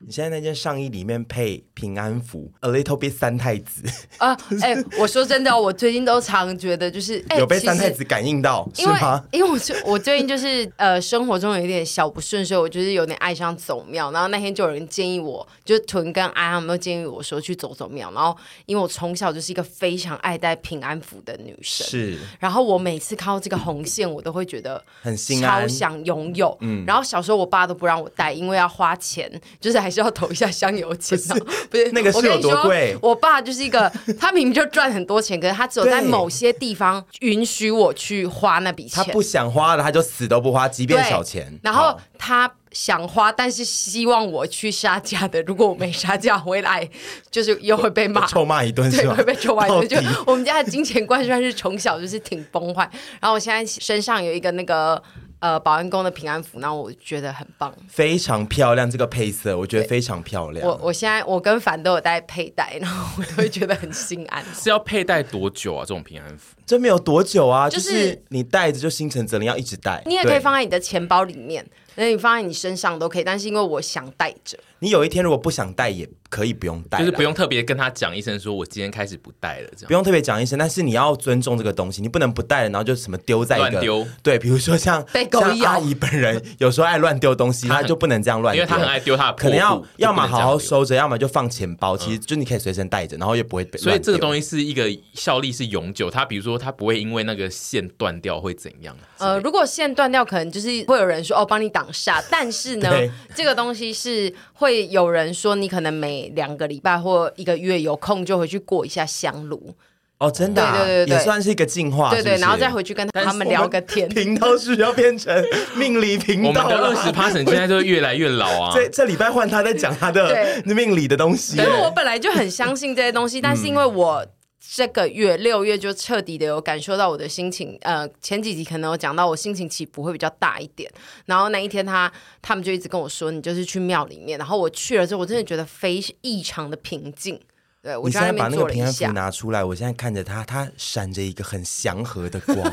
你现在那件上衣里面配平安符 ，a little bit 三太子我说真的，我最近都常觉得就是有被三太子感应到，是吗？ 因为我最近就是生活中有一点小不顺，所以我就是有点爱上走庙。然后那天就有人建议我，就是屯跟安他们都建议我说去走走庙。然后因为我从小就是一个非常爱戴平安符的女生， 是。 然后我每次看到这个红线，我都会觉得很心安， 超想拥有。然后小时候我爸都不让我戴，因为要花钱，就是还是要投一下香油钱。不是那个是有多贵？ 我爸就是一个，他明明就赚很多钱，可是他只有在某些地方允许我去花那笔钱。 他不想花的，他就死都不花，即便小钱。 然后他想花，但是希望我去杀价的。如果我没杀价回来，就是又会被骂， 臭骂一顿，是吧？ 对，会被臭骂一顿。就我们家的金钱观算是从小就是挺崩坏。然后我现在身上有一个那个保安宫的平安符，然后我觉得很棒， 非常漂亮，这个配色我觉得非常漂亮。 我现在我跟凡都有戴佩戴，然后我都会觉得很心安。 是要佩戴多久啊？这种平安符这没有多久啊，就是你戴着就心诚则灵，要一直戴。 你也可以放在你的钱包里面，那你放在你身上都可以，但是因为我想戴着。 你有一天如果不想戴也可以不用戴， 就是不用特别跟他讲一声说我今天开始不戴了，这样不用特别讲一声，但是你要尊重这个东西，你不能不戴了然后就什么丢在一个乱丢。 对，比如说像阿姨本人有时候爱乱丢东西，她就不能这样乱丢， 因为她很爱丢她的破可能要么好好收着，要么就放钱包，其实就你可以随身带着，然后又不会被乱丢。 所以这个东西是一个效力是永久，它比如说它不会因为那个线断掉会怎样？ 如果线断掉，可能就是会有人说帮你挡煞，但是呢，这个东西是会有人说你可能每2个礼拜或1个月有空就回去过一下香炉。 哦，真的、啊， 对， 也算是一个进化， 对对， 是不是？ 然后再回去跟他们聊个天。 频道是要变成命理频道了， 我们的20%现在就越来越老啊。 这礼拜换他在讲他的命理的东西， 因为我本来就很相信这些东西，但是因为我这个月6月就彻底的有感受到我的心情，前几集可能有讲到我心情起伏会比较大一点，然后那一天他们就一直跟我说你就是去庙里面，然后我去了之后我真的觉得异常的平静。对，我就在那边坐了一下。 你现在把那个平安符拿出来，我现在看着它闪着一个很祥和的光，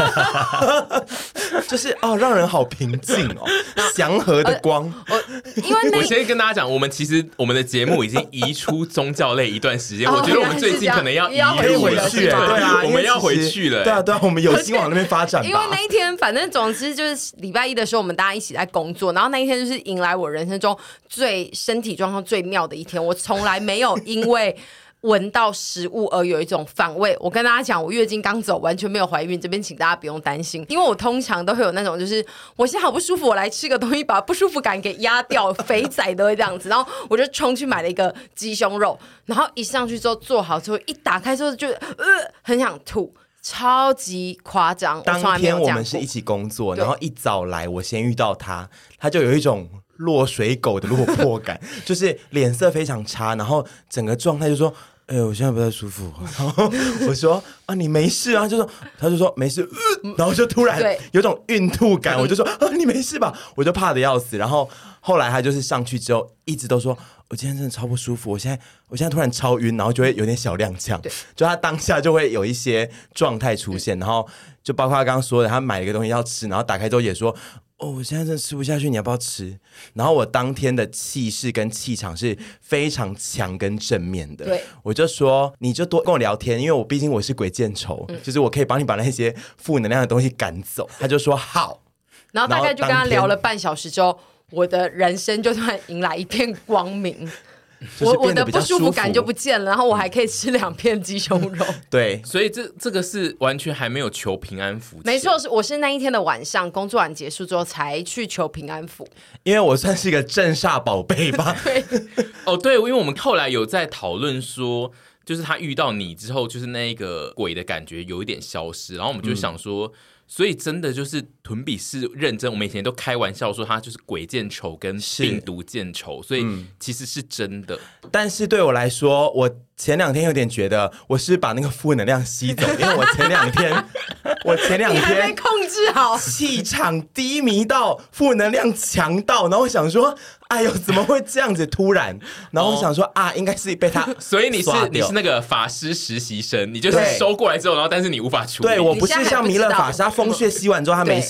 就是让人好平静哦，祥和的光。 因为我先跟大家讲，其实我们的节目已经移出宗教类一段时间，我觉得我们最近可能要移回去，对啊， 我们要回去了， 对啊，我们有心往那边发展吧。 因为那一天，反正总之就是礼拜1的时候，我们大家一起在工作，然后那一天就是迎来我人生中身体状况最妙的一天，我从来没有因为闻到食物而有一种反胃。我跟大家讲，我月经刚走，完全没有怀孕，这边请大家不用担心，因为我通常都会有那种就是我现在好不舒服，我来吃个东西把不舒服感给压掉，肥仔都会这样子。然后我就冲去买了一个鸡胸肉，然后一上去之后做好之后一打开之后就很想吐，超级夸张。 当天我们是一起工作，然后一早来我先遇到他就有一种落水狗的落魄感，就是脸色非常差，然后整个状态就说我现在不太舒服。然后我说你没事啊？他就说没事，然后就突然有种孕吐感，我就说你没事吧？我就怕得要死。然后后来他就是上去之后一直都说我今天真的超不舒服，我现在突然超晕，然后就会有点小踉跄，就他当下就会有一些状态出现，然后就包括他刚刚说的，他买了一个东西要吃，然后打开之后也说我现在真的吃不下去，你要不要吃？然后我当天的气势跟气场是非常强跟正面的， 对， 我就说你就多跟我聊天，因为毕竟我是鬼见愁，就是我可以帮你把那些负能量的东西赶走。他就说好， 然后大概就跟他聊了半小时之后，我的人生就突然迎来一片光明。我的不舒服感就不见了，然后我还可以吃2片鸡胸肉。 对， 所以这个是完全还没有求平安符。 没错，我是那一天的晚上工作完结束之后才去求平安符， 因为我算是一个镇煞宝贝吧。 对， 对，因为我们后来有在讨论说，就是他遇到你之后，就是那个鬼的感觉有一点消失，然后我们就想说。所以真的就是屯比是认真，我们以前都开玩笑说他就是鬼见愁跟病毒见愁，所以其实是真的。 但是对我来说，我前2天有点觉得我是把那个负能量吸走，因为我前2天你还没控制好， 气场低迷到负能量强到，然后我想说哎呦怎么会这样子突然，然后我想说应该是被他所以你是那个法师实习生，你就是收过来之后，然后但是你无法处理。 对，我不是像弥勒法师，他风穴吸完之后他没事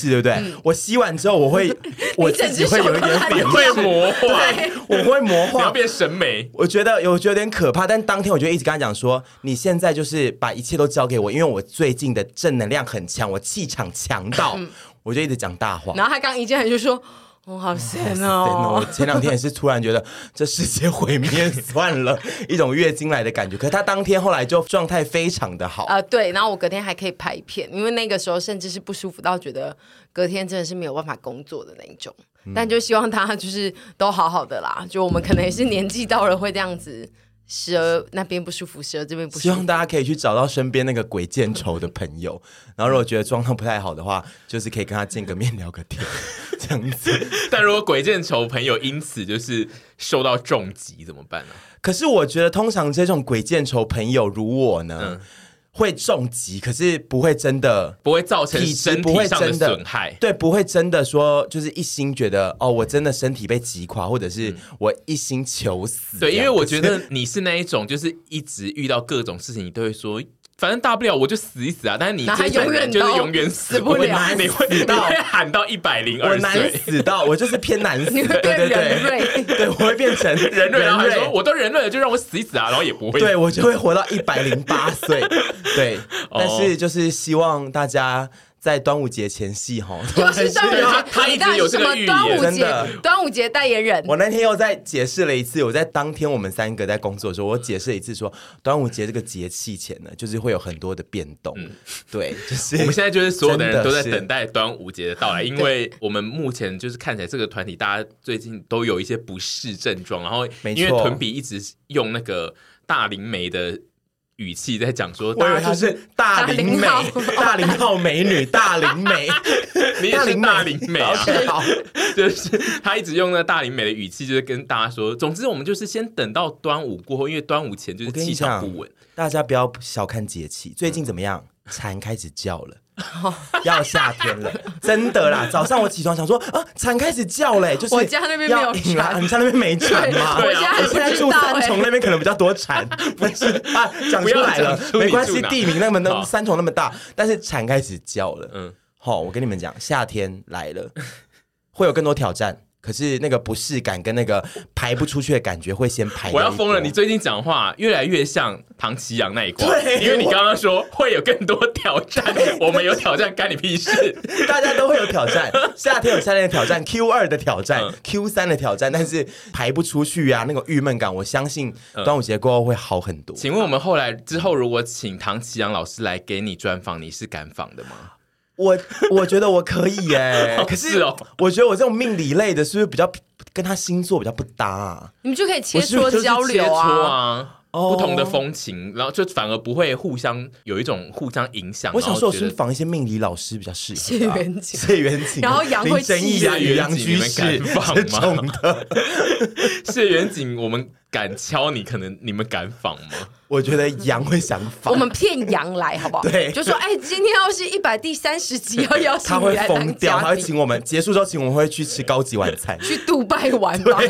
对不对？我吸完之后，我自己会有一点反应， 会魔化， 对，我会魔化， 你要变审美。 我觉得有点可怕，但当天我就一直跟他讲说，你现在就是把一切都交给我，因为我最近的正能量很强，我气场强到，我就一直讲大话。 然后他刚一进来就说。好闲哦！ 我前2天也是突然觉得这世界毁灭算了，一种月经来的感觉。可是他当天后来就状态非常的好对，然后我隔天还可以拍片，因为那个时候甚至是不舒服到觉得隔天真的是没有办法工作的那一种。但就希望他就是都好好的啦，就我们可能也是年纪到了会这样子。时而那边不舒服，时而这边不舒服。 希望大家可以去找到身边那个鬼见愁的朋友，然后如果觉得状况不太好的话，就是可以跟他见个面聊个天，这样子。 但如果鬼见愁朋友因此就是受到重击怎么办呢？ 可是我觉得通常这种鬼见愁朋友如我呢，会重击，可是不会真的不会造成身体上的损害， 对，不会真的说就是一心觉得我真的身体被击垮，或者是我一心求死。 对，因为我觉得你是那一种，就是一直遇到各种事情，你都会说。反正大不了我就死一死啊！但是你这种人就是永远死不了，你会喊到102岁， 我难死到，我就是偏难死， 你会变人瑞， 对，我会变成人瑞，然后还说我都人瑞了，就让我死一死啊，然后也不会， 对我就会活到108岁，对，但是就是希望大家。在端午节前夕哈， 就是他一直有这个预言， 端午节代言人。 我那天又再解释了一次，我在当天我们3个在工作的时候，我解释了一次说，端午节这个节气前呢，就是会有很多的变动。对，就是我们现在就是所有的人都在等待端午节的到来，因为我们目前就是看起来这个团体大家最近都有一些不适症状，然后因为屯比一直用那个大龄美的。语气在讲说， 我以为她是大龄美、大龄号美女、大龄美， 你也是大龄美啊？ okay, 好， 就是他一直用那大龄美的语气，就是跟大家说，总之我们就是先等到端午过后，因为端午前就是气场不稳。 大家不要小看节气，最近怎么样？蝉开始叫了。要夏天了，真的啦！早上我起床想说蝉开始叫嘞，就是我家那边没有蝉， 你家那边没蝉吗？ 我家我现在住三重那边可能比较多蝉，不是啊，讲出来了，没关系，地名那么三重那么大，但是蝉开始叫了。我跟你们讲，夏天来了，会有更多挑战。可是那个不适感跟那个排不出去的感觉会先排。 我要疯了！你最近讲话越来越像唐奇阳那一挂，因为你刚刚说会有更多挑战，我们有挑战干你屁事？ 大家都会有挑战，夏天有夏天的挑战 ，Q2 的挑战，Q3 的挑战，但是排不出去啊，那个郁闷感，我相信端午节过后会好很多。 请问我们后来之后如果请唐奇阳老师来给你专访，你是敢访的吗？ 我觉得我可以耶，可是我觉得我这种命理类的，是不是比较跟他星座比较不搭啊？ 你们就可以切磋交流啊。不同的风情，然后就反而不会互相有一种互相影响。 我想说，我是访一些命理老师比较适合。谢元景， 然后杨会真义啊，杨居士这种的。 谢元景，我们敢敲你，可能你们敢访吗？ 我觉得杨会想访， 我们骗杨来好不好？ 对， 就说今天要是第30集要邀请他会疯掉，他会请我们结束之后，请我们会去吃高级晚餐， 去杜拜玩吧。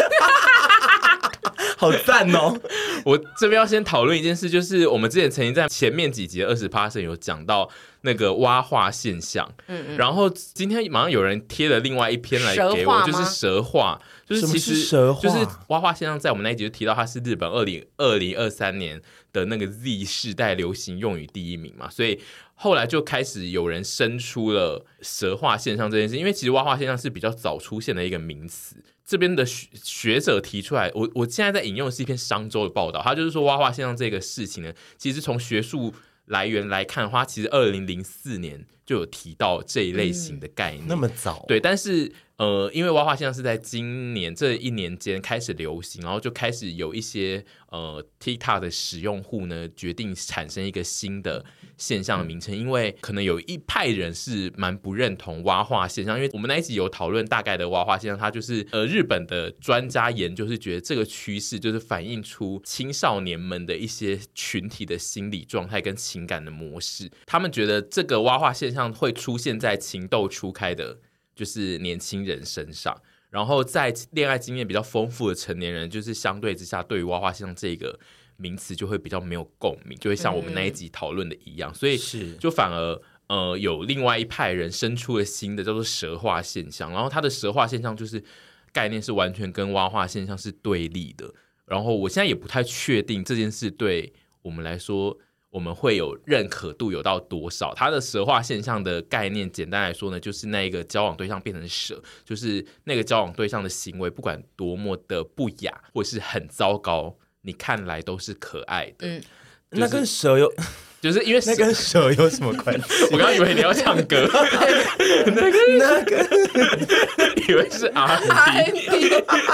好赞哦！ 我这边要先讨论一件事，就是我们之前曾经在前面几集的20%有讲到那个蛙化现象，然后今天马上有人贴了另外一篇来给我，就是蛇化，就是其实就是蛙化现象，在我们那一集就提到它是日本2023年的那个 Z 世代流行用语第1名嘛，所以后来就开始有人生出了蛇化现象这件事，因为其实蛙化现象是比较早出现的一个名词。这边的学者提出来，我现在在引用的是一篇商周的报道，他就是说蛙化现象这个事情呢，其实从学术来源来看的话，其实2004年就有提到这一类型的概念， 那么早？ 对，但是因为蛙化现象是在今年这1年间开始流行，然后就开始有一些TikTok 的使用户呢，决定产生一个新的现象的名称，因为可能有一派人是蛮不认同蛙化现象，因为我们那一集有讨论大概的蛙化现象，它就是日本的专家研究是觉得这个趋势就是反映出青少年们的一些群体的心理状态跟情感的模式，他们觉得这个蛙化现象会出现在情窦初开的就是年轻人身上，然后在恋爱经验比较丰富的成年人，就是相对之下对于蛙化现象这个名词就会比较没有共鸣，就会像我们那一集讨论的一样，所以就反而有另外一派人生出了新的叫做蛇化现象，然后它的蛇化现象就是概念是完全跟蛙化现象是对立的。然后我现在也不太确定这件事对我们来说，我们会有认可度有到多少。它的蛇化现象的概念，简单来说呢，就是那个交往对象变成蛇，就是那个交往对象的行为，不管多么的不雅或是很糟糕，你看来都是可爱的。 那跟蛇有， 就是因为那跟蛇有什么关系？ 我刚刚以为你要唱歌， 那个以为是 R&B。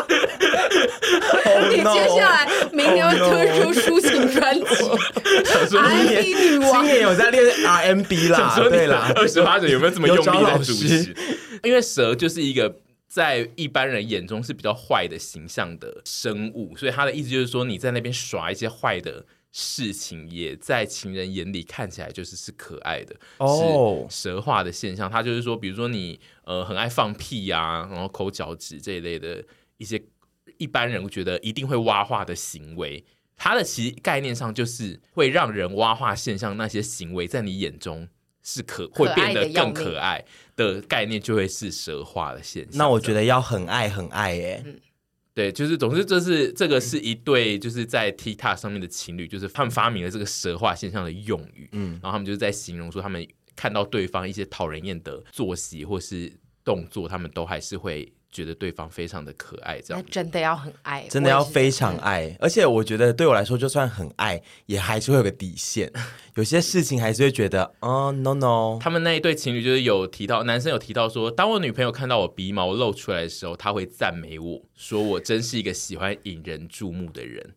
你接下来明年会推出抒情专辑，R&B 女王。 今年有在练 R&B 啦，对啦。 28者有没有这么用力在主持？因为蛇就是一个在一般人眼中是比较坏的形象的生物，所以他的意思就是说，你在那边耍一些坏的事情，也在情人眼里看起来就是可爱的，是蛇化的现象。他就是说，比如说你很爱放屁啊，然后抠脚趾这一类的一些一般人觉得一定会蛙化的行为，它的其实概念上就是会让人蛙化现象那些行为在你眼中是会变得更可爱的概念，就会是蛇化的现象。 那我觉得要很爱很爱耶。 对，就是总之这个是一对就是在 TikTok 上面的情侣，就是他们发明了这个蛇化现象的用语，然后他们就是在形容说他们看到对方一些讨人厌的作息或是动作，他们都还是会觉得对方非常的可爱，这样那真的要很爱， 真的要非常爱。而且我觉得对我来说，就算很爱，也还是会有个底线。有些事情还是会觉得no no。 他们那一对情侣就是有提到，男生有提到说，当我女朋友看到我鼻毛露出来的时候，他会赞美我说我真是一个喜欢引人注目的人。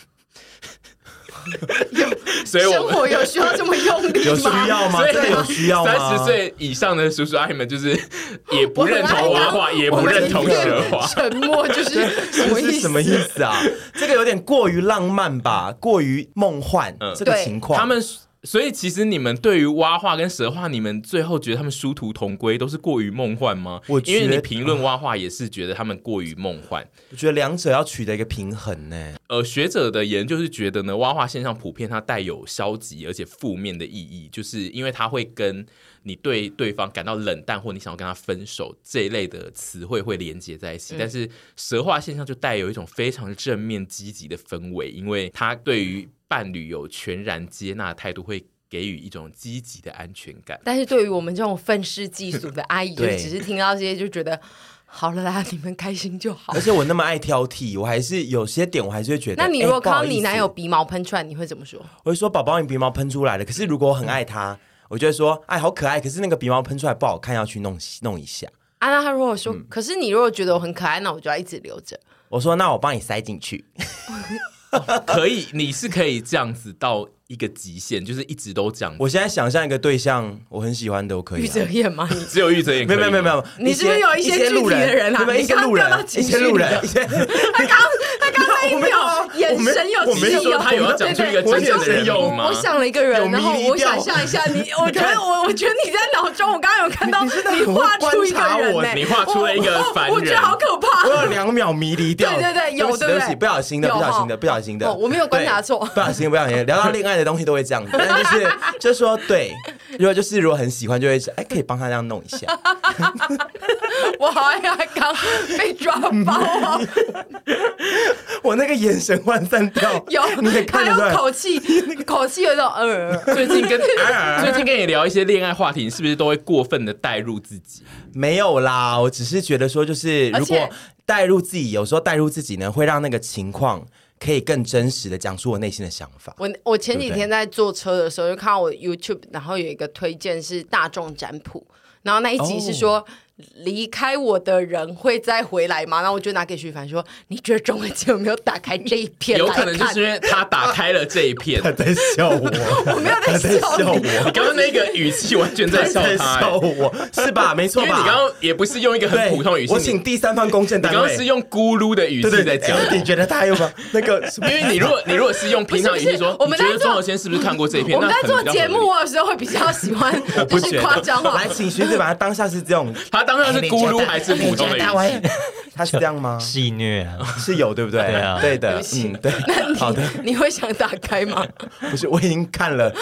所以生活有需要这么用力吗？ 有需要吗？这有需要吗 ？30岁以上的叔叔阿姨们就是也不认同蛙化，也不认同蛇化， 沉默就是什么意思啊？这个有点过于浪漫吧，过于梦幻，这个情况。 他们所以其实你们对于蛙化跟蛇化，你们最后觉得他们殊途同归，都是过于梦幻吗？因为你评论蛙化也是觉得他们过于梦幻。 我觉得两者要取得一个平衡呢。 学者的研究是觉得呢，蛙化现象普遍它带有消极而且负面的意义，就是因为它会跟你对对方感到冷淡或你想要跟他分手这一类的词汇会连接在一起。但是蛇化现象就带有一种非常正面积极的氛围，因为它对于伴侣有全然接纳的态度，会给予一种积极的安全感。 但是对于我们这种愤世嫉俗的阿姨，就只是听到这些就觉得好了啦，你们开心就好。 而且我那么爱挑剔，我还是有些点我还是会觉得。 那你如果看到你男友鼻毛喷出来，你会怎么说？ 我会说宝宝，你鼻毛喷出来了。可是如果我很爱他，我就会说哎，好可爱。可是那个鼻毛喷出来不好看，要去弄一下。 啊，那他如果说，可是你如果觉得我很可爱，那我就要一直留着。 我说那我帮你塞进去。 可以，你是可以这样子到一个极限，就是一直都这样子。 我现在想象一个对象，我很喜欢的，我可以。 玉泽演吗？你只有玉泽演可以？ 没有， 你是不是有一些具体的人啊？ 一些路人，一些路人。 他刚那一秒眼神有我没说他有要讲出一个真正的人名吗？ 我想了一个人，然后我想象一下你，我觉得你在脑中，我刚刚有看到你画出一个人， 你画出了一个凡人， 我觉得好可怕。 我有2秒迷离掉。 对，有对不对？ 不小心的， 我没有观察错。 不小心，聊到恋爱的东西都会这样子，但就是说，对，如果很喜欢，就会可以帮他这样弄一下。 我好爱他刚被抓包啊！ 我那个眼神涣散掉，你也看得出来， 口气有一种最近跟你聊一些恋爱话题，你是不是都会过分的带入自己？ 没有啦，我只是觉得说，就是如果带入自己，有时候带入自己呢，会让那个情况可以更真实的讲出我内心的想法。 我前几天在坐车的时候，就看到我 YouTube， 然后有一个推荐是大众占卜，然后那一集是说离开我的人会再回来吗？然后我就拿给徐凡说，你觉得钟文杰有没有打开这一片来看？ 有可能就是因为他打开了这一片。 他在笑我。 我没有在笑我，你刚刚那个语气完全在笑他。 笑我是吧？没错吧？ 因为你刚刚也不是用一个很普通的语气， 我请第三方公证单位。 你刚刚是用咕噜的语气在讲。 你觉得他有吗？那个， 因为你如果是用平常语气说，你觉得钟文杰是不是看过这一片？ 我们在做节目的时候会比较喜欢就是夸张话。 来，请学姐把他当下是这种。 他他当然是咕噜还是普通的语气？ 他是这样吗？ 戏虐啊， 是有对不对？ 对啊对的，对。好的， 你会想打开吗？ 不是，我已经看了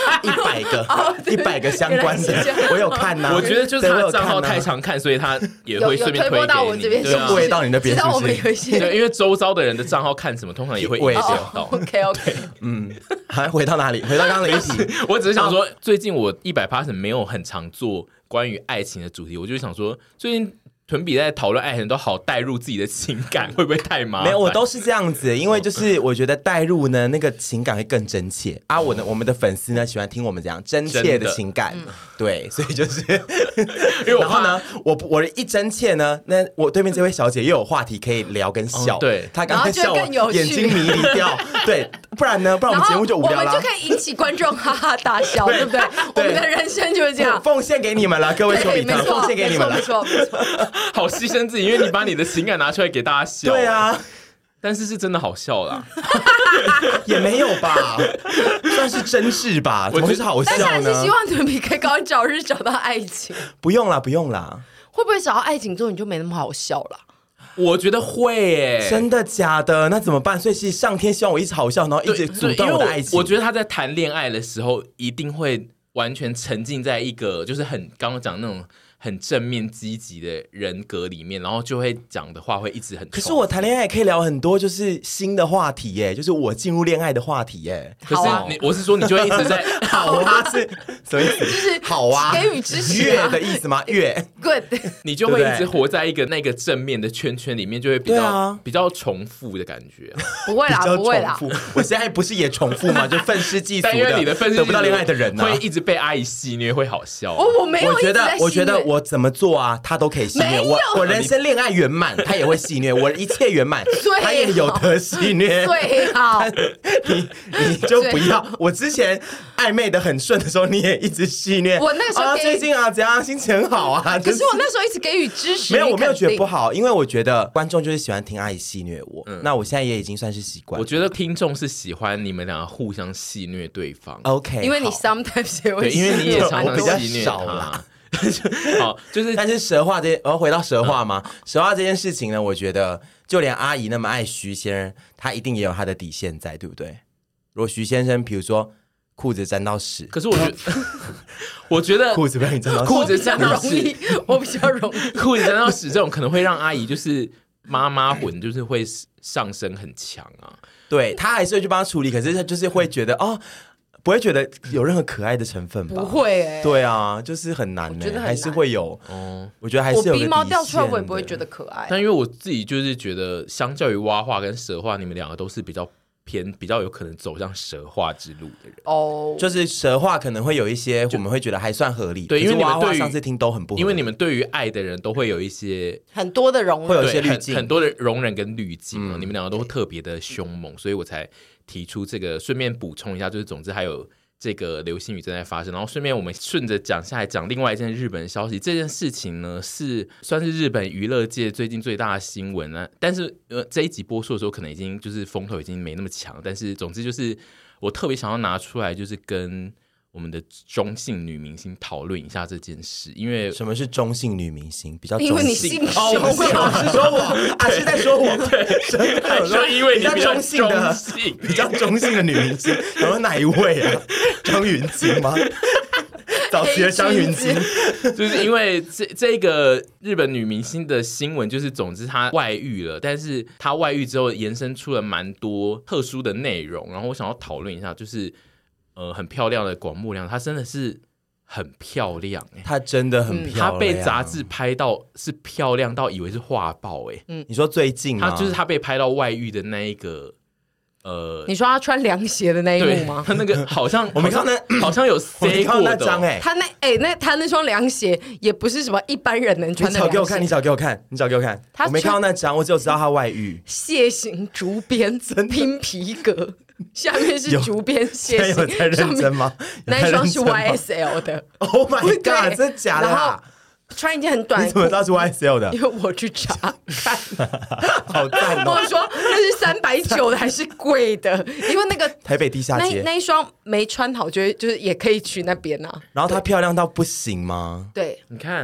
100个相关的原来是这样， 我有看呐。 我觉得就是他的账号对太常看，所以他也会顺便有推播到我给你， 这边， 对啊就推到你那边知道我们是不是有一些对，因为周遭的人的账号看什么，通常也会影响到。 OK， 还回到哪里？回到刚刚的议题。 我只是想说，最近我100%没有很常做关于爱情的主题，我就想说，最近屯比在讨论爱情都好带入自己的情感，会不会太麻烦？ 没有，我都是这样子，因为就是我觉得带入呢，那个情感会更真切啊。我们的粉丝呢喜欢听我们这样真切的情感，对，所以就是因为然后呢，我一真切呢，那我对面这位小姐又有话题可以聊跟笑， 对， 她刚才笑然后就更有趣我眼睛迷离掉，对，不然呢，不然我们节目就无聊啦我们就。可以引起观众哈哈大笑，对不对？我们的人生就是这样。 奉献给你们了，各位丘比特， 没错， 奉献给你们了没。错，没错。 好牺牲自己，因为你把你的情感拿出来给大家笑。 对，啊， 但是真的好笑啦。 也没有吧，算是真事吧，怎么会是好笑但是还是呢希？望屯比可以赶快早日找到爱情。 不用啦，不用啦， 会不会找到爱情之后你就没那么好笑了？ 我觉得会耶， 真的假的？那怎么办？所以是上天希望我一直好笑，然后一直阻对，因为断我的爱情。 我觉得他在谈恋爱的时候，一定会完全沉浸在一个就是刚刚讲那种很正面积极的人格里面，然后就会讲的话会一直很。 可是我谈恋爱也可以聊很多就是新的话题耶，就是我进入恋爱的话题耶。 可好啊是我是说你就会一直在好啊，是什么意思？ 就是好啊， 给予支持啊月的意思吗？月 Good， 你就会一直活在一个那个正面的圈圈里面，就会比较、 对啊比较重复的感觉、啊。 不会啦， 比较不会啦。 重复。我现在不是也重复吗？就愤世嫉俗但因为你的分析得不到恋爱的人呢、 会一直被阿姨戏虐，会好笑、啊。 我没有我觉得一直在， 我觉得戏虐我怎么做啊，他都可以戏虐没有我人生恋爱圆满，他也会戏虐我，一切圆满， 最好他也有得戏虐。 最好。 你就不要。我之前暧昧的很顺的时候，你也一直戏虐。 我那个时候给最近啊，怎样心情很好啊？ 可是我那时候一直给予支持， 没有，我没有觉得不好。 好，因为我觉得观众就是喜欢听阿姨戏虐我。那我现在也已经算是习惯了。 我觉得听众是喜欢你们两个互相戏虐对方。 OK， 因为你好 sometimes 也会对，因为你也常常我比较戏虐他少啦。 好，就是但是蛇话我要回到蛇话吗？蛇话这件事情呢，我觉得就连阿姨那么爱徐先生，他一定也有他的底线在，对不对？如果徐先生，比如说裤子沾到屎， 可是我觉得裤子不让你沾到屎， 裤子沾到容易屎，， 我比较容易。 裤子沾到屎这种可能会让阿姨就是妈妈魂，就是会上升很强啊。 对他还是会去帮他处理，可是他就是会觉得哦，不会觉得有任何可爱的成分吧？ 不会欸对啊，就是很难呢， 我觉得很难还是会有。 哦， 我觉得还我是有个鼻毛掉底线出来，我也不会的觉得可爱。 但因为我自己就是觉得，相较于蛙化跟蛇化，你们两个都是比较有可能走向蛇化之路的人。 哦， 就是蛇话可能会有一些我们会觉得还算合理， 对因为可是蛙话你们对于上次听都很不合理， 因为你们对于爱的人都会有一些很多的容会有忍。 一些滤镜很多的容忍跟滤镜嘛，你们两个都特别的凶猛，所以我才提出这个。顺便补充一下，就是总之还有这个流星雨正在发生，然后顺便我们顺着讲下来讲另外一件日本的消息。这件事情呢是算是日本娱乐界最近最大的新闻啊，但是这一集播出的时候可能已经就是风头已经没那么强，但是总之就是我特别想要拿出来，就是跟我们的中性女明星讨论一下这件事，因为什么是中性女明星？比较中性因为你姓哦，不是，是说我啊，是在说我，对， 就因为你比较比较中性的中性比较中性的女明星，然后哪一位啊？张云京吗？早期的张云京， 就是因为这个日本女明星的新闻，就是总之她外遇了，但是她外遇之后延伸出了蛮多特殊的内容，然后我想要讨论一下，就是很漂亮的广末凉，她真的是很漂亮她真的很漂亮， 她被杂志拍到是漂亮到以为是画报你说最近吗？ 她就是她被拍到外遇的那一个。 你说他穿凉鞋的那一幕吗？ 他那个好像我没看到好像有我 say 没看到过的那张他那双凉鞋也不是什么一般人能你穿的凉鞋。 找给我看，你找给我看，你找给我看。 他我没看到那张，我只有知道他外遇。 楔形竹编拼皮革，下面是竹编楔现在有形， 在认真吗？ 那一双是有在认真吗 YSL 的。 Oh my 对 god，真的假的然后啊？ 穿一件很短的裤你怎么知道是 YSL 的因？为我去查看， 好赞哦！ 我说那是390的还是贵的？因为那个台北地下街， 那一双没穿好，就是也可以去那边啊。 然后她漂亮到不行吗？ 对， 你看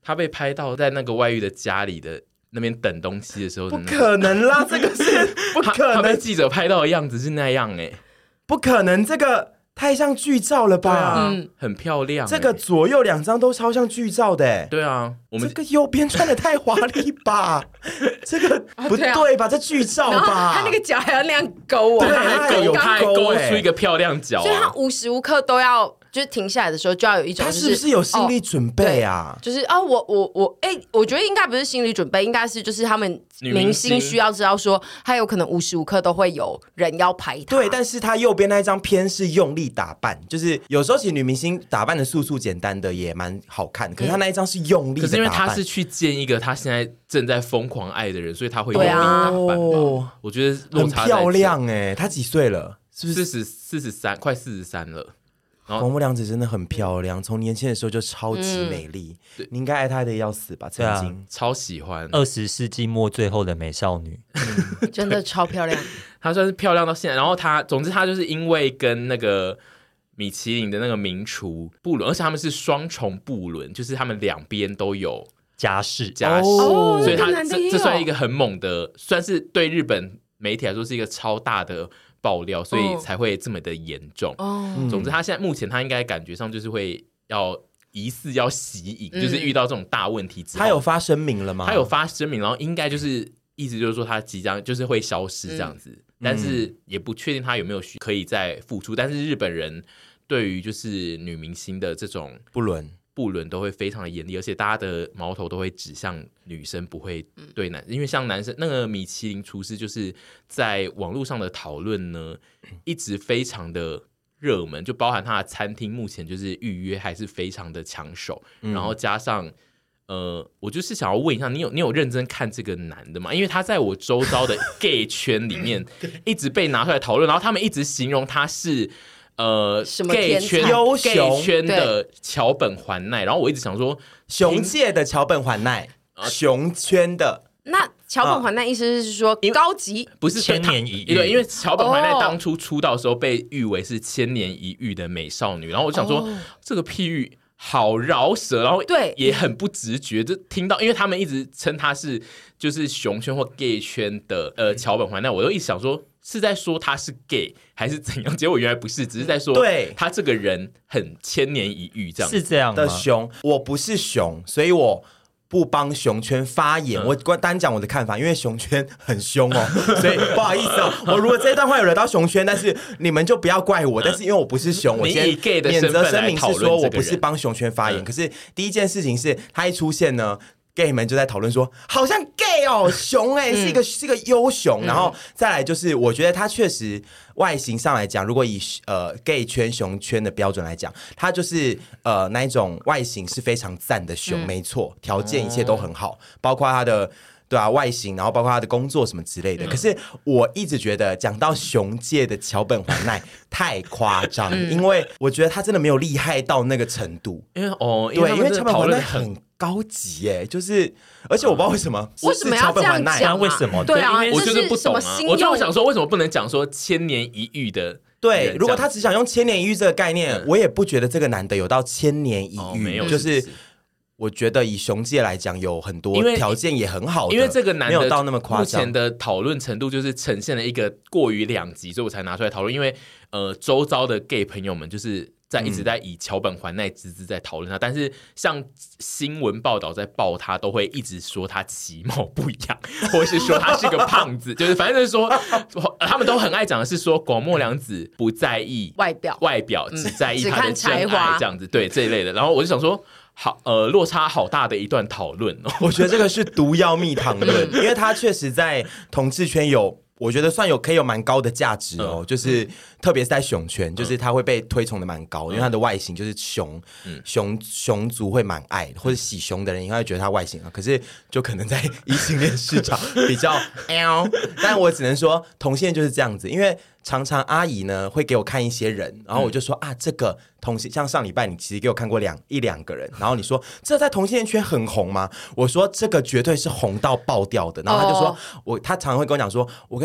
他被拍到在那个外遇的家里的那边等东西的时候的、 不可能啦，这个是不可他被能， 记者拍到的样子是那样不可能，这个太像剧照了吧？ 很漂亮这个左右2张都超像剧照的对啊，我们这个右边穿的太华丽吧？这个不对吧？这剧照然后吧？ 他那个脚还要那样勾对他他还勾出一个漂亮脚所以他无时无刻都要，就是停下来的时候就要有一种、 他是不是有心理准备啊？ 就是我觉得应该不是心理准备，应该是就是他们明星需要知道说，他有可能无时无刻都会有人要拍他。 对，但是他右边那一张偏是用力打扮，就是有时候其实女明星打扮的素素简单的也蛮好看，可是他那一张是用力的打扮。 可是因为他是去见一个他现在正在疯狂爱的人，所以他会用力打扮吧。我觉得落差很漂亮他几岁了？是不是 43，快43了？ 广末凉子真的很漂亮，从年轻的时候就超级美丽。你应该爱她的要死吧？曾经超喜欢 20世纪末最后的美少女， 真的超漂亮。 她算是漂亮到现在，然后总之她就是因为跟那个米其林的那个名厨不伦，而且他们是双重不伦，就是他们两边都有家世， 所以他这算一个个很猛的，算是对日本媒体来说是一个超大的爆料，所以才会这么的严重。总之，他现在目前他应该感觉上就是会疑似要息影，就是遇到这种大问题之后， 他有发声明了吗？ 他有发声明，然后应该就是意思就是说他即将就是会消失这样子，但是也不确定他有没有可以再复出。但是日本人对于就是女明星的这种不伦都会非常的严厉，而且大家的矛头都会指向女生，不会对男生，因为像男生那个米其林厨师，就是在网络上的讨论呢，一直非常的热门，就包含他的餐厅目前就是预约还是非常的抢手，然后加上我就是想要问一下，你有认真看这个男的吗？因为他在我周遭的 gay 圈里面一直被拿出来讨论，然后他们一直形容他是。 什么 gay 圈优 ，gay 圈的桥本环奈，然后我一直想说， 熊界的桥本环奈，熊圈的。 那桥本环奈意思是说高级， 不是千年一遇， 对，因为桥本环奈当初出道的时候被誉为是千年一遇的美少女，然后我就想说，这个譬喻好饶舌，然后对也很不直觉，就听到，因为他们一直称他是就是熊圈或 gay 圈的桥本环奈，我就一直想说。是在说他是 gay 还是怎样？结果原来不是，只是在说他这个人很千年一遇，这样是这样的熊。我不是熊，所以我不帮熊圈发言。我单讲我的看法，因为熊圈很凶所以不好意思我如果这一段话有惹到熊圈，但是你们就不要怪我。但是因为我不是熊，我先免责声明是说我不是帮熊圈发言。可是第一件事情是他一出现呢。gay 们就在讨论说，好像 gay 熊是一个优熊，然后再来就是我觉得他确实外形上来讲，如果以gay 圈熊圈的标准来讲，他就是那一种外形是非常赞的熊，没错，条件一切都很好，包括他的。对啊，外形，然后包括他的工作什么之类的。可是我一直觉得讲到熊界的桥本环奈太夸张，因为我觉得他真的没有厉害到那个程度。 因为桥本环奈很高级就是而且我不知道为什么要这样讲为什么？ 对啊， 我就是不懂我就想说，为什么不能讲说千年一遇的？ 对，如果他只想用千年一遇这个概念，我也不觉得这个男的有到千年一遇， 没有， 就是。我觉得以熊界来讲，有很多条件也很好的， 因为这个男的没有到那么夸张。 目前的讨论程度就是呈现了一个过于两极，所以我才拿出来讨论。因为周遭的 gay 朋友们就是一直在以桥本环奈之姿在讨论他，但是像新闻报道在报他，都会一直说他其貌不扬，或是说他是个胖子，就是反正就是说，他们都很爱讲的是说广末凉子不在意外表，只在意他的真爱这样子，对这一类的。然后我就想说。好，落差好大的一段讨论我觉得这个是毒药蜜糖论，因为他确实在同志圈我觉得算可以有蛮高的价值就是特别是在熊圈，就是他会被推崇的蛮高，因为他的外形就是熊族会蛮爱，或者喜熊的人应该会觉得他外形可是就可能在异性恋市场比较但我只能说同性恋就是这样子，因为常常阿姨呢会给我看一些人，然后我就说这个同性，像上礼拜你其实给我看过一两个人，然后你说这在同性恋圈很红吗？我说这个绝对是红到爆掉的，然后他就说他常常会跟我讲说，我跟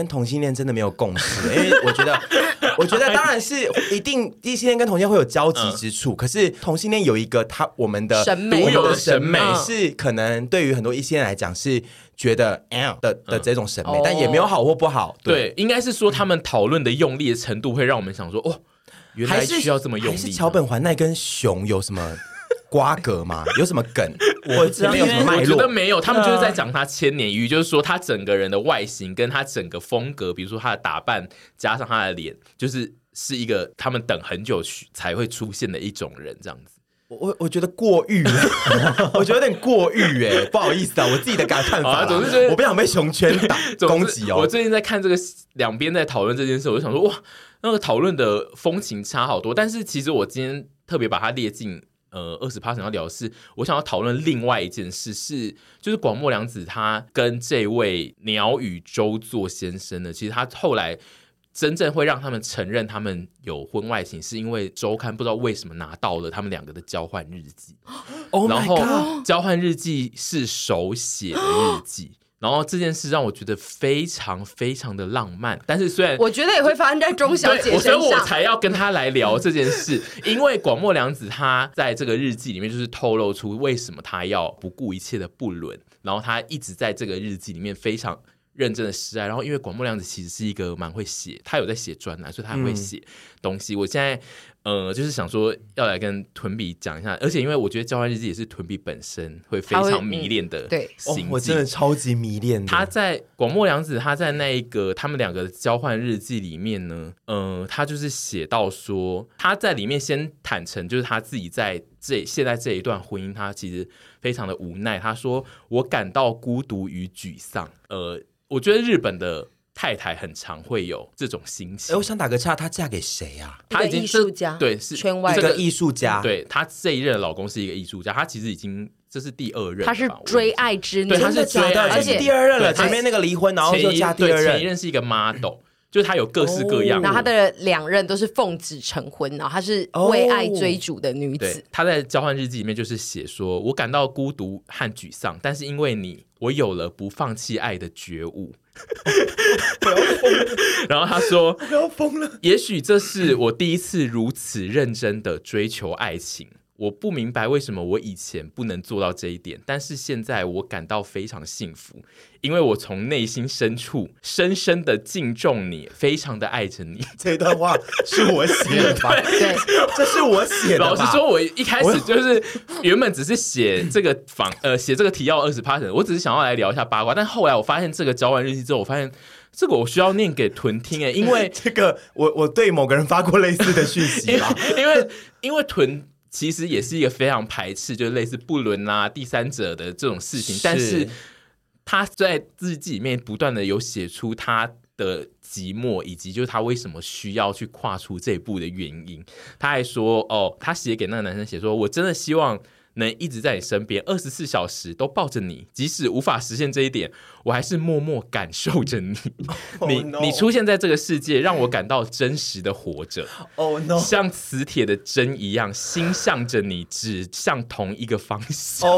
同性恋真的没有共识，因为我觉得当然是一定异性恋跟同性恋会有交集之处，可是同性恋有一个我们的独有的审美是可能对于很多异性恋来讲是觉得的这种审美，但也没有好或不好。 对，应该是说他们讨论的用力的程度会让我们想说，哦，原来需要这么用力。 还是桥本环奈跟熊有什么瓜葛吗？有什么梗？或者前面有什么脉络？ 我觉得没有，他们就是在讲他千年一遇，就是说他整个人的外形跟他整个风格，比如说他的打扮加上他的脸，是一个他们等很久才会出现的一种人，这样子。 我觉得过誉，我觉得有点过誉哎，不好意思啊，我自己的看法啦。 总之就是我不想被熊圈攻击哦。 我最近在看这个两边在讨论这件事，我就想说哇，那个讨论的风情差好多。但是其实我今天特别把它列进20%要聊的是，我想要讨论另外一件事是，就是广末凉子他跟这位鸟羽周作先生呢，其实他后来真正会让他们承认他们有婚外情，是因为周刊不知道为什么拿到了他们两个的交换日记。然后交换日记是手写的日记。然后这件事让我觉得非常非常的浪漫，但是虽然我觉得也会发生在钟小姐身上， 所以我才要跟她来聊这件事，因为广末凉子她在这个日记里面就是透露出为什么她要不顾一切的不伦，然后她一直在这个日记里面非常认真的示爱，然后因为广末凉子其实是一个蛮会写，她有在写专栏，所以她很会写东西。我现在就是想说要来跟屯比讲一下，而且因为我觉得交换日记也是屯比本身会非常迷恋的行径， 我真的超级迷恋的。 他在广末凉子他在那一个他们两个的交换日记里面呢，他就是写到说他在里面先坦诚，就是他自己在现在这一段婚姻他其实非常的无奈，他说我感到孤独与沮丧。我觉得日本的太太很常会有这种心情。 我想打个岔，她嫁给谁啊？ 她已经艺术家， 对，是圈外这个艺术家。 对，她这一任的老公是一个艺术家，她其实已经这是第二任， 她是追爱之女， 对，她是追爱， 而且第二任了，前面那个离婚，然后就嫁第二任， 前一任是一个 model。就是他有各式各样， 然后他的两任都是奉子成婚，然后她是为爱追逐的女子。 他在交换日记里面就是写说，我感到孤独和沮丧，但是因为你，我有了不放弃爱的觉悟。 我要疯了。 然后他说， 我要疯了。 也许这是我第一次如此认真的追求爱情。我不明白为什么我以前不能做到这一点，但是现在我感到非常幸福，因为我从内心深处深深的敬重你，非常的爱着你。 这段话是我写的吧？ 对， 这是我写的吧。 老实说，我一开始就是原本只是写这个写这个提要20%，我只是想要来聊一下八卦，但后来我发现这个交换日记之后，我发现这个我需要念给屯听因为这个我对某个人发过类似的讯息吧， 因为屯其实也是一个非常排斥就是类似不伦啊第三者的这种事情，但是他在日记里面不断的有写出他的寂寞，以及就是他为什么需要去跨出这一步的原因。他还说他写给那个男生写说，我真的希望能一直在你身边24小时都抱着你，即使无法实现这一点，我还是默默感受着你。你出现在这个世界，让我感到真实的活着。像磁铁的针一样，心向着你，指向同一个方向。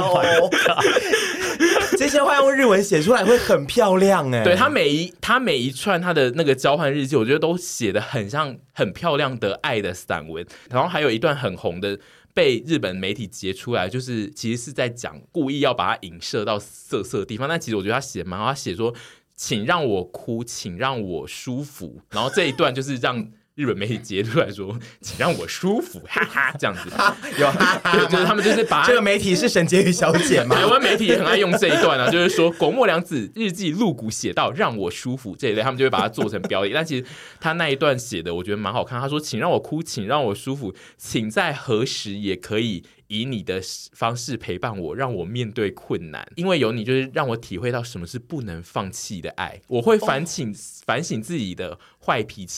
这些话用日文写出来会很漂亮对，他每一串他的那个交换日记，我觉得都写得很像很漂亮的爱的散文。然后还有一段很红的，被日本媒体截出来，就是其实是在讲故意要把它影射到色的地方，但其实我觉得他写蛮好，他写说请让我哭，请让我舒服，然后这一段就是让日本媒体截出来说请让我舒服，哈哈，这样子有哈哈， 对，就是他们就是把这个媒体是沈婕妤小姐吗？ 台湾媒体也很爱用这一段啊，就是说广末凉子日记露骨写到让我舒服这一类，他们就会把它做成标题。但其实他那一段写的我觉得蛮好看，他说请让我哭，请让我舒服，请在何时也可以以你的方式陪伴我，让我面对困难，因为有你就是让我体会到什么是不能放弃的爱。我会反省自己的坏脾气，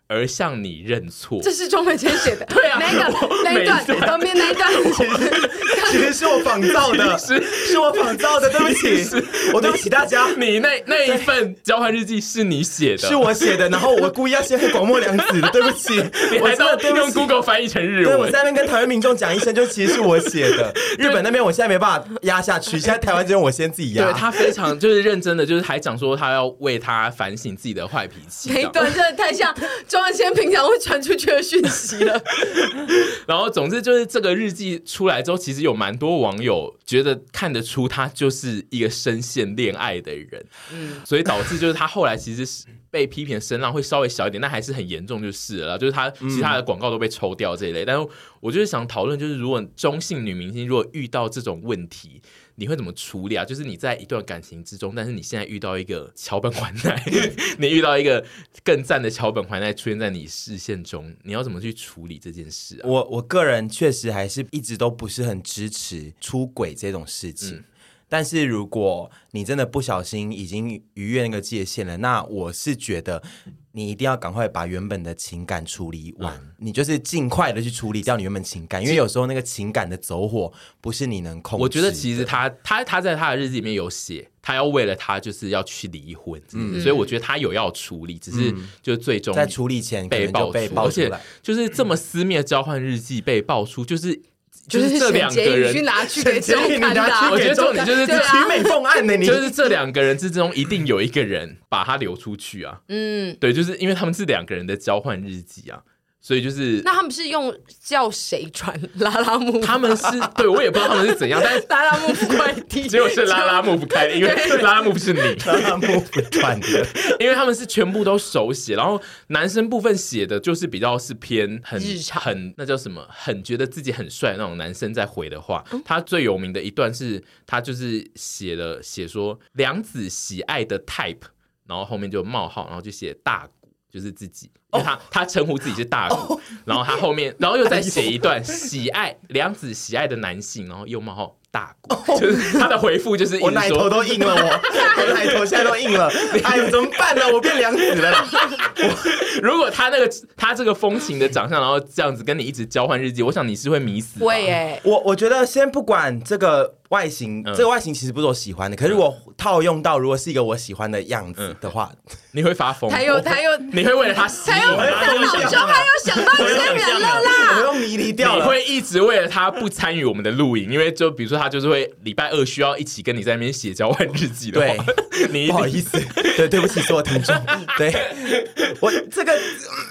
而向你认错。 这是钟伟谦写的， 对啊， 那一段后面那一段， 其实是我仿造的，是我仿造的，对不起，我对不起大家。 你那一份交换日记是你写的， 是我写的，然后我故意要陷害广末凉子的，对不起， 我真的用 Google 翻译成日文。 对，我在那边跟台湾民众讲一声，就其实是我写的。日本那边我现在没办法压下去，现在台湾这边我先自己压。 对，他非常就是认真的，就是还讲说他要为他反省自己的坏脾气。 那一段真的太像钟伟谦平常会传出去的讯息了。 然后总之就是这个日记出来之后，其实有蛮多网友觉得看得出他就是一个深陷恋爱的人，所以导致就是他后来其实是被批评的声浪会稍微小一点，但还是很严重就是了啦，就是他其他的广告都被抽掉这一类。但是我就是想讨论，就是如果中性女明星如果遇到这种问题，你会怎么处理啊？就是你在一段感情之中，但是你现在遇到一个桥本环奈，你遇到一个更赞的桥本环奈出现在你视线中，你要怎么去处理这件事啊？ 我个人确实还是一直都不是很支持出轨这种事情。但是如果你真的不小心已经逾越那个界限了，那我是觉得你一定要赶快把原本的情感处理完，你就是尽快的去处理掉你原本情感，因为有时候那个情感的走火不是你能控制的。 我觉得其实他在他的日记里面有写，他要为了他就是要去离婚，所以我觉得他有要处理，只是就最终在处理前被爆出，而且就是这么私密的交换日记被爆出，就是这两个人去拿去给周刊的， 我觉得重点就是取美凤案呢， 就是这两个人之中一定有一个人把他流出去啊。对，就是因为他们是两个人的交换日记啊。所以就是那他们是用叫谁传拉拉木？ 他们是对我也不知道他们是怎样，但是拉拉木快递结果是拉拉木不开的，因为拉拉木不是你， 拉拉木不传的， 因为他们是全部都手写，然后男生部分写的就是比较是偏很那叫什么，很觉得自己很帅的那种男生在回的话。他最有名的一段是他就是写说梁子喜爱的 type， 然后后面就冒号，然后就写大谷，就是自己。因为他称呼自己是大谷，然后他后面，然后又再写一段梁子喜爱的男性，然后又冒号大谷，就是他的回复就是我奶头都硬了，我奶头现在都硬了，哎呦怎么办呢？我变梁子了。 如果他这个风情的长相，然后这样子跟你一直交换日记，我想你是会迷死吧。 会耶， 我觉得先不管这个外形，这个外形其实不是我喜欢的，可是如果套用到如果是一个我喜欢的样子的话， 你会发疯。 他又， 你会为了他吸引。 在脑中他又想到一些人了啦， 我又迷离掉了。 你会一直为了他不参与我们的录影，因为就比如说他就是会礼拜二需要一起跟你在那边写交换日记的话，你不好意思，对不起所有听众，对我这个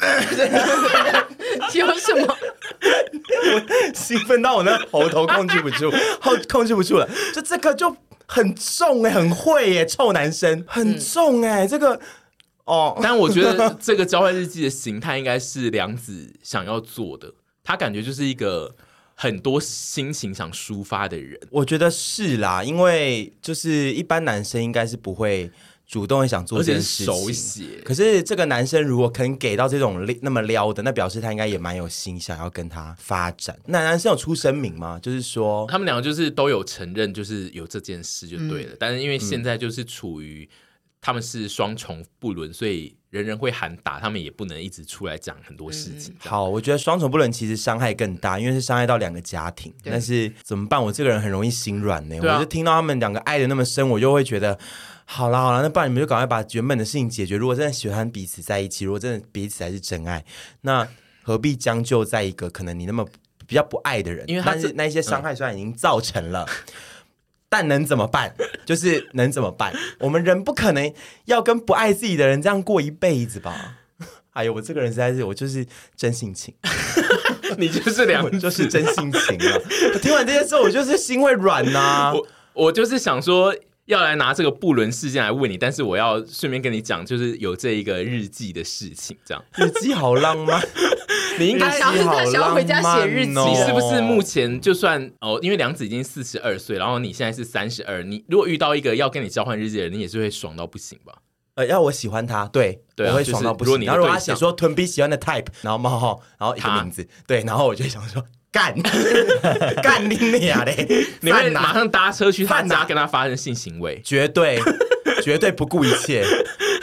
有什么？ 我兴奋到我那喉头控制不住了，就这个就很重很会耶，臭男生很重这个。 但我觉得这个交换日记的形态应该是梁子想要做的，他感觉就是一个很多心情想抒发的人。 我觉得是啦，因为就是一般男生应该是不会主动想做这件事情， 而且手写。 可是这个男生如果肯给到这种那么撩的，那表示他应该也蛮有心想要跟他发展。那男生有出声明吗？就是说他们两个就是都有承认，就是有这件事就对了。但是因为现在就是处于他们是双重不伦，所以人人会喊打，他们也不能一直出来讲很多事情。 好，我觉得双重不伦其实伤害更大，因为是伤害到两个家庭。但是怎么办？我这个人很容易心软呢。我就听到他们两个爱的那么深，我就会觉得好啦，那不然你们就赶快把原本的事情解决。如果真的喜欢彼此在一起，如果真的彼此才是真爱，那何必将就在一个可能你那么比较不爱的人？因为但是那一些伤害虽然已经造成了。但能怎么办？就是能怎么办？我们人不可能要跟不爱自己的人这样过一辈子吧？哎呦，我这个人实在是，我就是真性情， 你就是梁子， 我就是真性情了。我听完这些之后，我就是心会软呐。 我就是想说。要来拿这个不伦事件来问你，但是我要顺便跟你讲，就是有这一个日记的事情，这样日记好浪漫， 你应该想要回家写日记， 你是不是目前就算因为梁子已经42岁，然后你现在是32，你如果遇到一个要跟你交换日记的人，你也是会爽到不行吧？ 要我喜欢他，对，我会爽到不行。然后如果他写说屯比喜欢的 type， 然后冒号，然后一个名字，对，然后我就会想说。干你俩嘞！ 你会马上搭车去他家跟他发生性行为， 绝对不顾一切，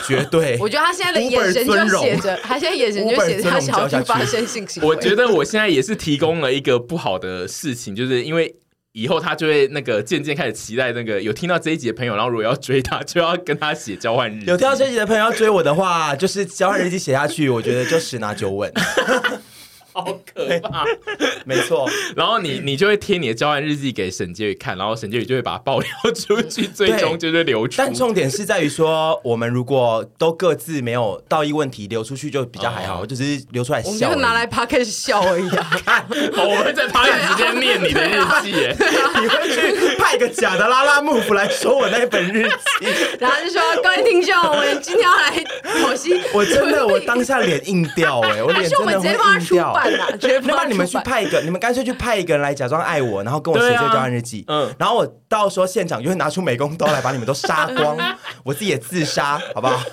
绝对。 我觉得他现在的眼神就写着，他现在眼神就写着他想要去发生性行为。 我觉得我现在也是提供了一个不好的事情，就是因为以后他就会那个渐渐开始期待那个有听到这一集的朋友，然后如果要追他，就要跟他写交换日记。 有听到这一集的朋友要追我的话，就是交换日记写下去，我觉得就10拿9稳。 好可怕， 没错。 然后你就会贴你的交换日记给沈婕妤看，然后沈婕妤就会把它爆料出去，最终就是流出。 但重点是在于说，我们如果都各自没有道义问题，流出去就比较还好，就是流出来笑。 我们就拿来 podcast 笑而已啊。 我们在 podcast 直接念你的日记耶， 你会去派个假的拉拉幕府来说我那本日记， 然后就说各位听众，我们今天要来剖析。 我真的，我当下脸硬掉哎，我脸真的会硬掉。那你们去派一个，你们干脆去派一个人来假装爱我，然后跟我写这个交换日记。然后我到时候现场就会拿出美工刀来把你们都杀光，我自己也自杀，好不好？